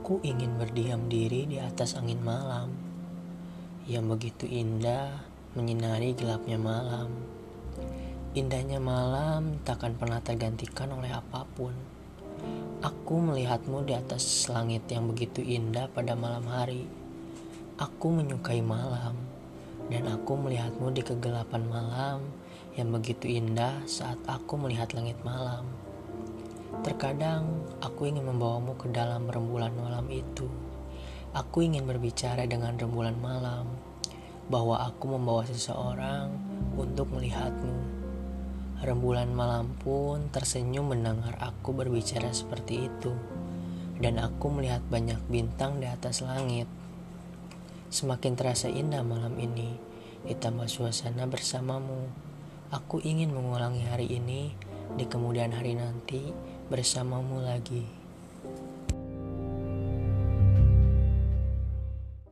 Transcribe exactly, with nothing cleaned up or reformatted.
Aku ingin berdiam diri di atas angin malam yang begitu indah menyinari gelapnya malam. Indahnya malam takkan pernah tergantikan oleh apapun. Aku melihatmu di atas langit yang begitu indah pada malam hari. Aku menyukai malam, dan aku melihatmu di kegelapan malam yang begitu indah saat aku melihat langit malam. Terkadang aku ingin membawamu ke dalam rembulan malam itu. Aku ingin berbicara dengan rembulan malam bahwa aku membawa seseorang untuk melihatmu. Rembulan malam pun tersenyum mendengar aku berbicara seperti itu, dan aku melihat banyak bintang di atas langit. Semakin terasa indah malam ini, ditambah suasana bersamamu. Aku ingin mengulangi hari ini di kemudian hari nanti bersamamu lagi.